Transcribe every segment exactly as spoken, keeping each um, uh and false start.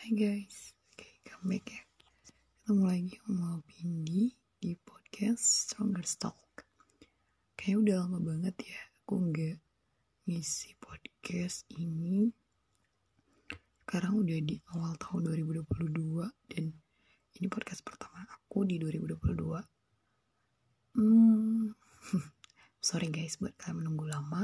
Hai guys, oke comeback ya. Ketemu lagi sama Pindi di podcast Stronger Talk. Kayaknya udah lama banget ya aku nggak ngisi podcast ini. Sekarang udah di awal tahun dua ribu dua puluh dua dan ini podcast pertama aku di dua ribu dua puluh dua. Hmm, sorry guys buat kalian menunggu lama.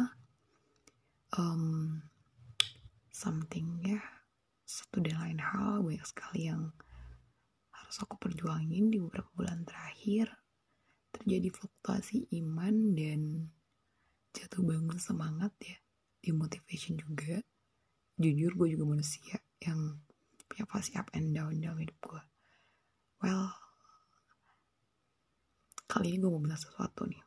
Um, something ya, satu dan lain hal banyak sekali yang harus aku perjuangin di beberapa bulan terakhir. Terjadi fluktuasi iman dan jatuh bangun semangat ya, demotivation juga. Jujur gue juga manusia yang punya fase up and down dalam hidup gue. Well, kali ini gue mau bilang sesuatu nih.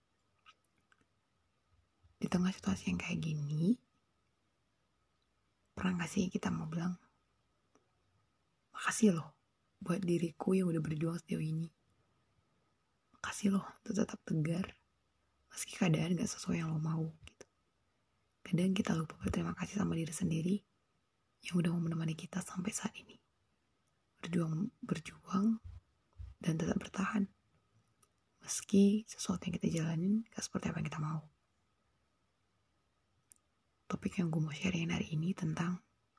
Di tengah situasi yang kayak gini, pernah gak sih kita mau bilang makasih loh buat diriku yang udah berjuang sejauh ini. Makasih loh untuk tetap tegar meski keadaan gak sesuai yang lo mau gitu. Kadang kita lupa berterima kasih sama diri sendiri yang udah mau menemani kita sampai saat ini. Berjuang, berjuang dan tetap bertahan meski sesuatu yang kita jalanin gak seperti apa yang kita mau. Topik yang gue mau sharein hari ini tentang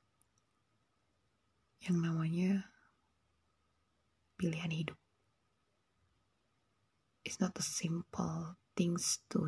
yang namanya pilihan hidup. It's not a simple things to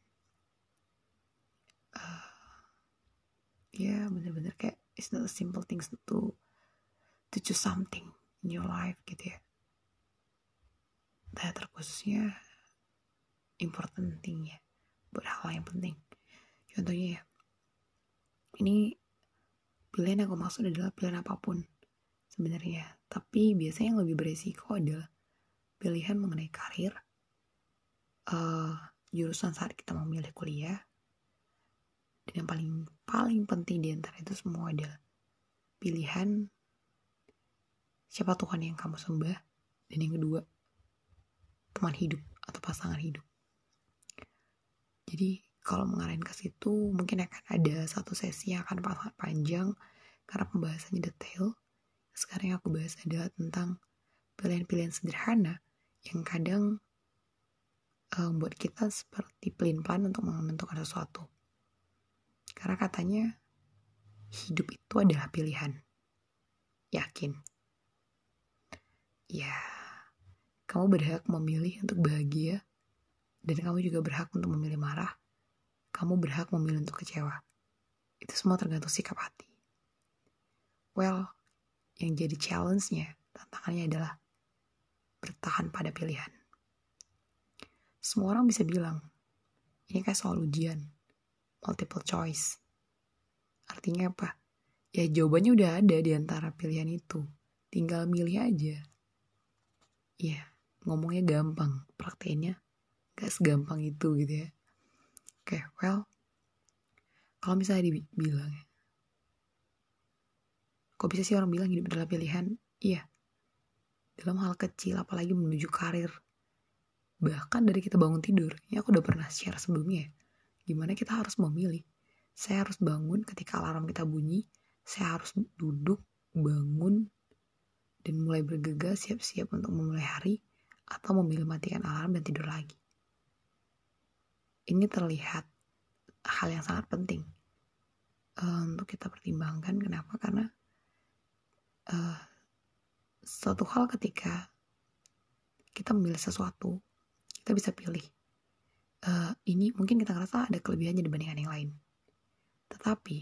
uh, ya yeah, bener-bener kayak it's not a simple things to to choose something in your life gitu ya. Dan terkhususnya important thing ya, buat hal yang penting. Contohnya ya, ini pilihan yang aku maksud adalah pilihan apapun sebenarnya. Tapi biasanya yang lebih beresiko adalah pilihan mengenai karir, uh, jurusan saat kita memilih kuliah, dan yang paling paling penting di antara itu semua adalah pilihan siapa Tuhan yang kamu sembah, dan yang kedua teman hidup atau pasangan hidup. Jadi kalau mengarahin ke situ mungkin akan ada satu sesi yang akan sangat panjang karena pembahasannya detail. Sekarang yang aku bahas adalah tentang pilihan-pilihan sederhana yang kadang uh, membuat kita seperti pelin-pelan untuk menentukan sesuatu. Karena katanya hidup itu adalah pilihan. Yakin? Ya, kamu berhak memilih untuk bahagia dan kamu juga berhak untuk memilih marah. Kamu berhak memilih untuk kecewa. Itu semua tergantung sikap hati. Well, yang jadi challenge-nya, tantangannya adalah bertahan pada pilihan. Semua orang bisa bilang, ini kayak soal ujian, multiple choice. Artinya apa? Ya jawabannya udah ada di antara pilihan itu. Tinggal milih aja. Ya, ngomongnya gampang, prakteknya gak segampang itu gitu ya. Oke, okay, well, kalau misalnya dibilang ya, kok bisa sih orang bilang hidup adalah pilihan? Iya, dalam hal kecil, apalagi menuju karir. Bahkan dari kita bangun tidur, ya aku udah pernah share sebelumnya, gimana kita harus memilih. Saya harus bangun ketika alarm kita bunyi, saya harus duduk, bangun, dan mulai bergegas siap-siap untuk memulai hari, atau memilih matikan alarm dan tidur lagi. Ini terlihat hal yang sangat penting uh, untuk kita pertimbangkan. Kenapa? Karena uh, suatu hal ketika kita memilih sesuatu, kita bisa pilih. Uh, ini mungkin kita ngerasa ada kelebihannya dibandingkan yang lain. Tetapi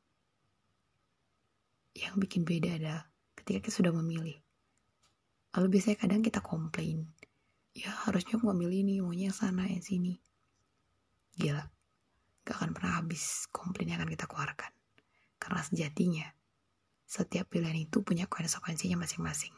yang bikin beda adalah ketika kita sudah memilih. Lalu biasanya kadang kita komplain. Ya harusnya aku memilih ini, maunya yang sana, yang sini. Gila. Gak akan pernah habis komplain yang akan kita keluarkan. Karena sejatinya setiap pilihan itu punya konsekuensinya masing-masing.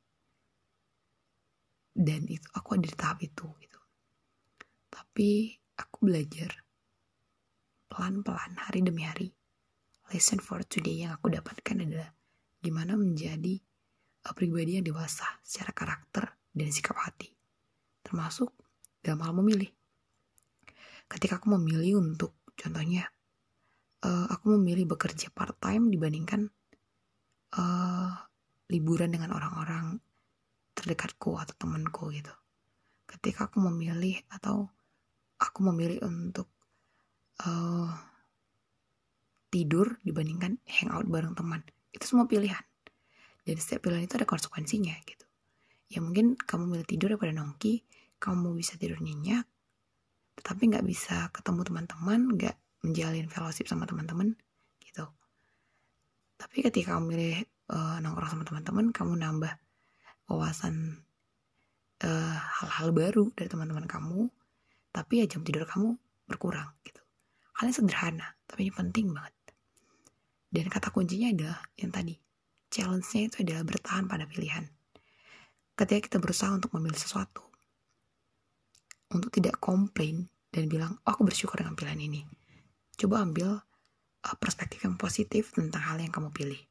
Dan itu aku ada di tahap itu gitu. Tapi aku belajar pelan-pelan hari demi hari. Lesson for today yang aku dapatkan adalah gimana menjadi uh, pribadi yang dewasa secara karakter dan sikap hati. Termasuk dalam hal memilih. Ketika aku memilih untuk, contohnya, uh, aku memilih bekerja part-time dibandingkan uh, liburan dengan orang-orang terdekatku atau temanku gitu. Ketika aku memilih atau aku memilih untuk uh, tidur dibandingkan hangout bareng teman, itu semua pilihan. Dan setiap pilihan itu ada konsekuensinya gitu. Ya mungkin kamu milih tidur daripada nongki, kamu bisa tidur nyenyak, tetapi nggak bisa ketemu teman-teman, nggak menjalin fellowship sama teman-teman gitu. Tapi ketika kamu milih uh, nongkrong sama teman-teman, kamu nambah wawasan uh, hal-hal baru dari teman-teman kamu, tapi ya jam tidur kamu berkurang gitu. Halnya sederhana, tapi ini penting banget. Dan kata kuncinya adalah yang tadi, challenge-nya itu adalah bertahan pada pilihan. Ketika kita berusaha untuk memilih sesuatu, untuk tidak komplain dan bilang, oh aku bersyukur dengan pilihan ini. Coba ambil uh, perspektif yang positif tentang hal yang kamu pilih.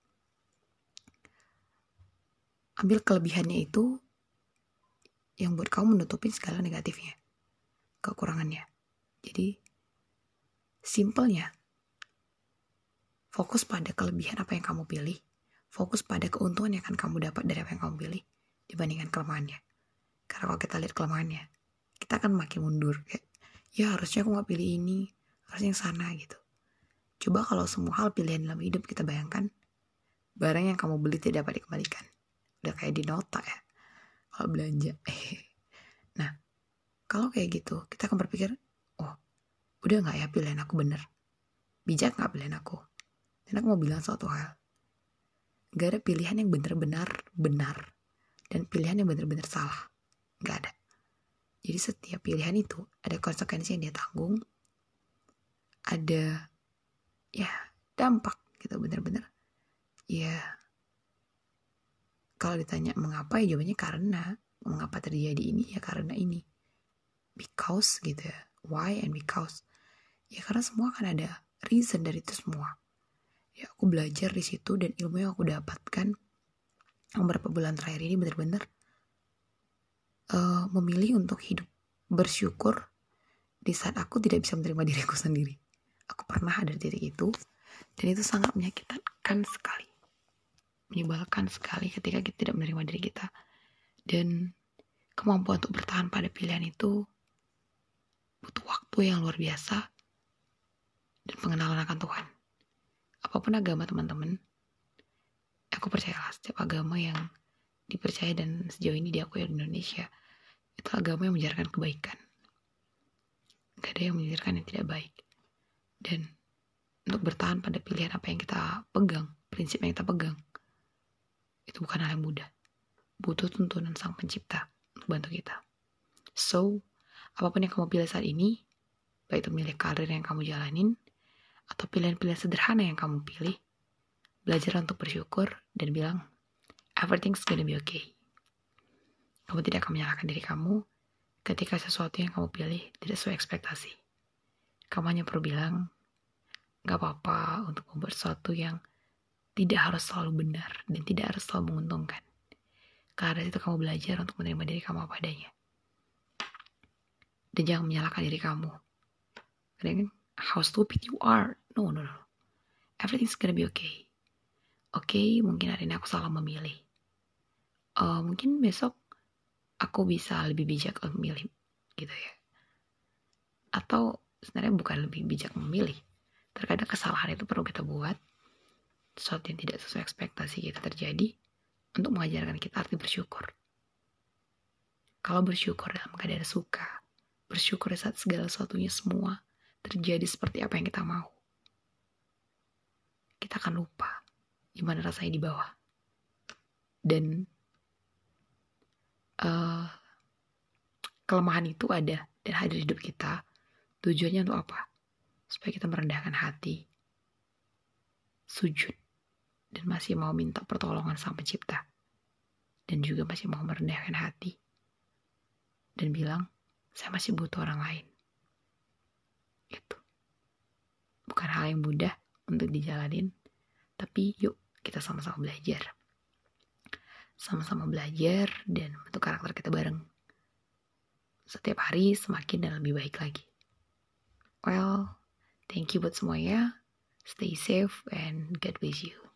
Ambil kelebihannya itu yang buat kamu menutupin segala negatifnya, kekurangannya. Jadi, simpelnya, fokus pada kelebihan apa yang kamu pilih, fokus pada keuntungan yang akan kamu dapat dari apa yang kamu pilih, dibandingkan kelemahannya. Karena kalau kita lihat kelemahannya, kita akan makin mundur. Kayak, ya harusnya aku gak pilih ini, harusnya yang sana gitu. Coba kalau semua hal pilihan dalam hidup kita bayangkan, barang yang kamu beli tidak dapat dikembalikan. Udah kayak di nota ya, kalau belanja. Nah, kalau kayak gitu, kita akan berpikir, oh, udah gak ya pilihan aku bener? Bijak gak pilihan aku? Dan aku mau bilang suatu hal. Gak ada pilihan yang benar-benar benar. Dan pilihan yang benar-benar salah. Gak ada. Jadi setiap pilihan itu ada konsekuensi yang dia tanggung. Ada, ya, dampak gitu benar-benar. Ya, kalau ditanya mengapa, ya jawabannya karena. Mengapa terjadi ini? Ya karena ini. Because gitu ya. Why and because. Ya karena semua kan ada reason dari itu semua. Ya aku belajar di situ dan ilmu yang aku dapatkan beberapa bulan terakhir ini benar-benar uh, memilih untuk hidup bersyukur di saat aku tidak bisa menerima diriku sendiri. Aku pernah ada di titik itu dan itu sangat menyakitkan sekali, menyebalkan sekali ketika kita tidak menerima diri kita. Dan kemampuan untuk bertahan pada pilihan itu butuh waktu yang luar biasa dan pengenalan akan Tuhan. Apapun agama teman-teman, aku percayalah setiap agama yang dipercaya dan sejauh ini diakui di Indonesia itu agama yang mengajarkan kebaikan. Gak ada yang mengajarkan yang tidak baik. Dan untuk bertahan pada pilihan apa yang kita pegang, prinsip yang kita pegang, itu bukan hal yang mudah. Butuh tuntunan Sang Pencipta untuk bantu kita. So, apapun yang kamu pilih saat ini, baik itu milih karir yang kamu jalanin atau pilihan-pilihan sederhana yang kamu pilih, belajar untuk bersyukur dan bilang everything's gonna be okay. Kamu tidak akan menyalahkan diri kamu ketika sesuatu yang kamu pilih tidak sesuai ekspektasi. Kamu hanya perlu bilang gak apa-apa untuk membuat sesuatu yang tidak harus selalu benar dan tidak harus selalu menguntungkan. Karena itu kamu belajar untuk menerima diri kamu apa adanya. Dan jangan menyalahkan diri kamu. Karena how stupid you are. No, no, no. Everything's gonna be okay. Oke, okay, mungkin hari ini aku salah memilih. Uh, mungkin besok aku bisa lebih bijak memilih, gitu ya. Atau sebenarnya bukan lebih bijak memilih. Terkadang kesalahan itu perlu kita buat, sesuatu yang tidak sesuai ekspektasi kita terjadi, untuk mengajarkan kita arti bersyukur. Kalau bersyukur dalam keadaan suka, bersyukur saat segala sesuatunya semua terjadi seperti apa yang kita mau, kita akan lupa gimana rasanya di bawah. Dan uh, kelemahan itu ada dan hadir di hidup kita. Tujuannya untuk apa? Supaya kita merendahkan hati, sujud, dan masih mau minta pertolongan Sang Pencipta. Dan juga masih mau merendahkan hati dan bilang, saya masih butuh orang lain. Itu bukan hal yang mudah untuk dijalanin, tapi yuk kita sama-sama belajar. Sama-sama belajar dan bentuk karakter kita bareng. Setiap hari semakin dan lebih baik lagi. Well, thank you buat semuanya. Stay safe and God bless you.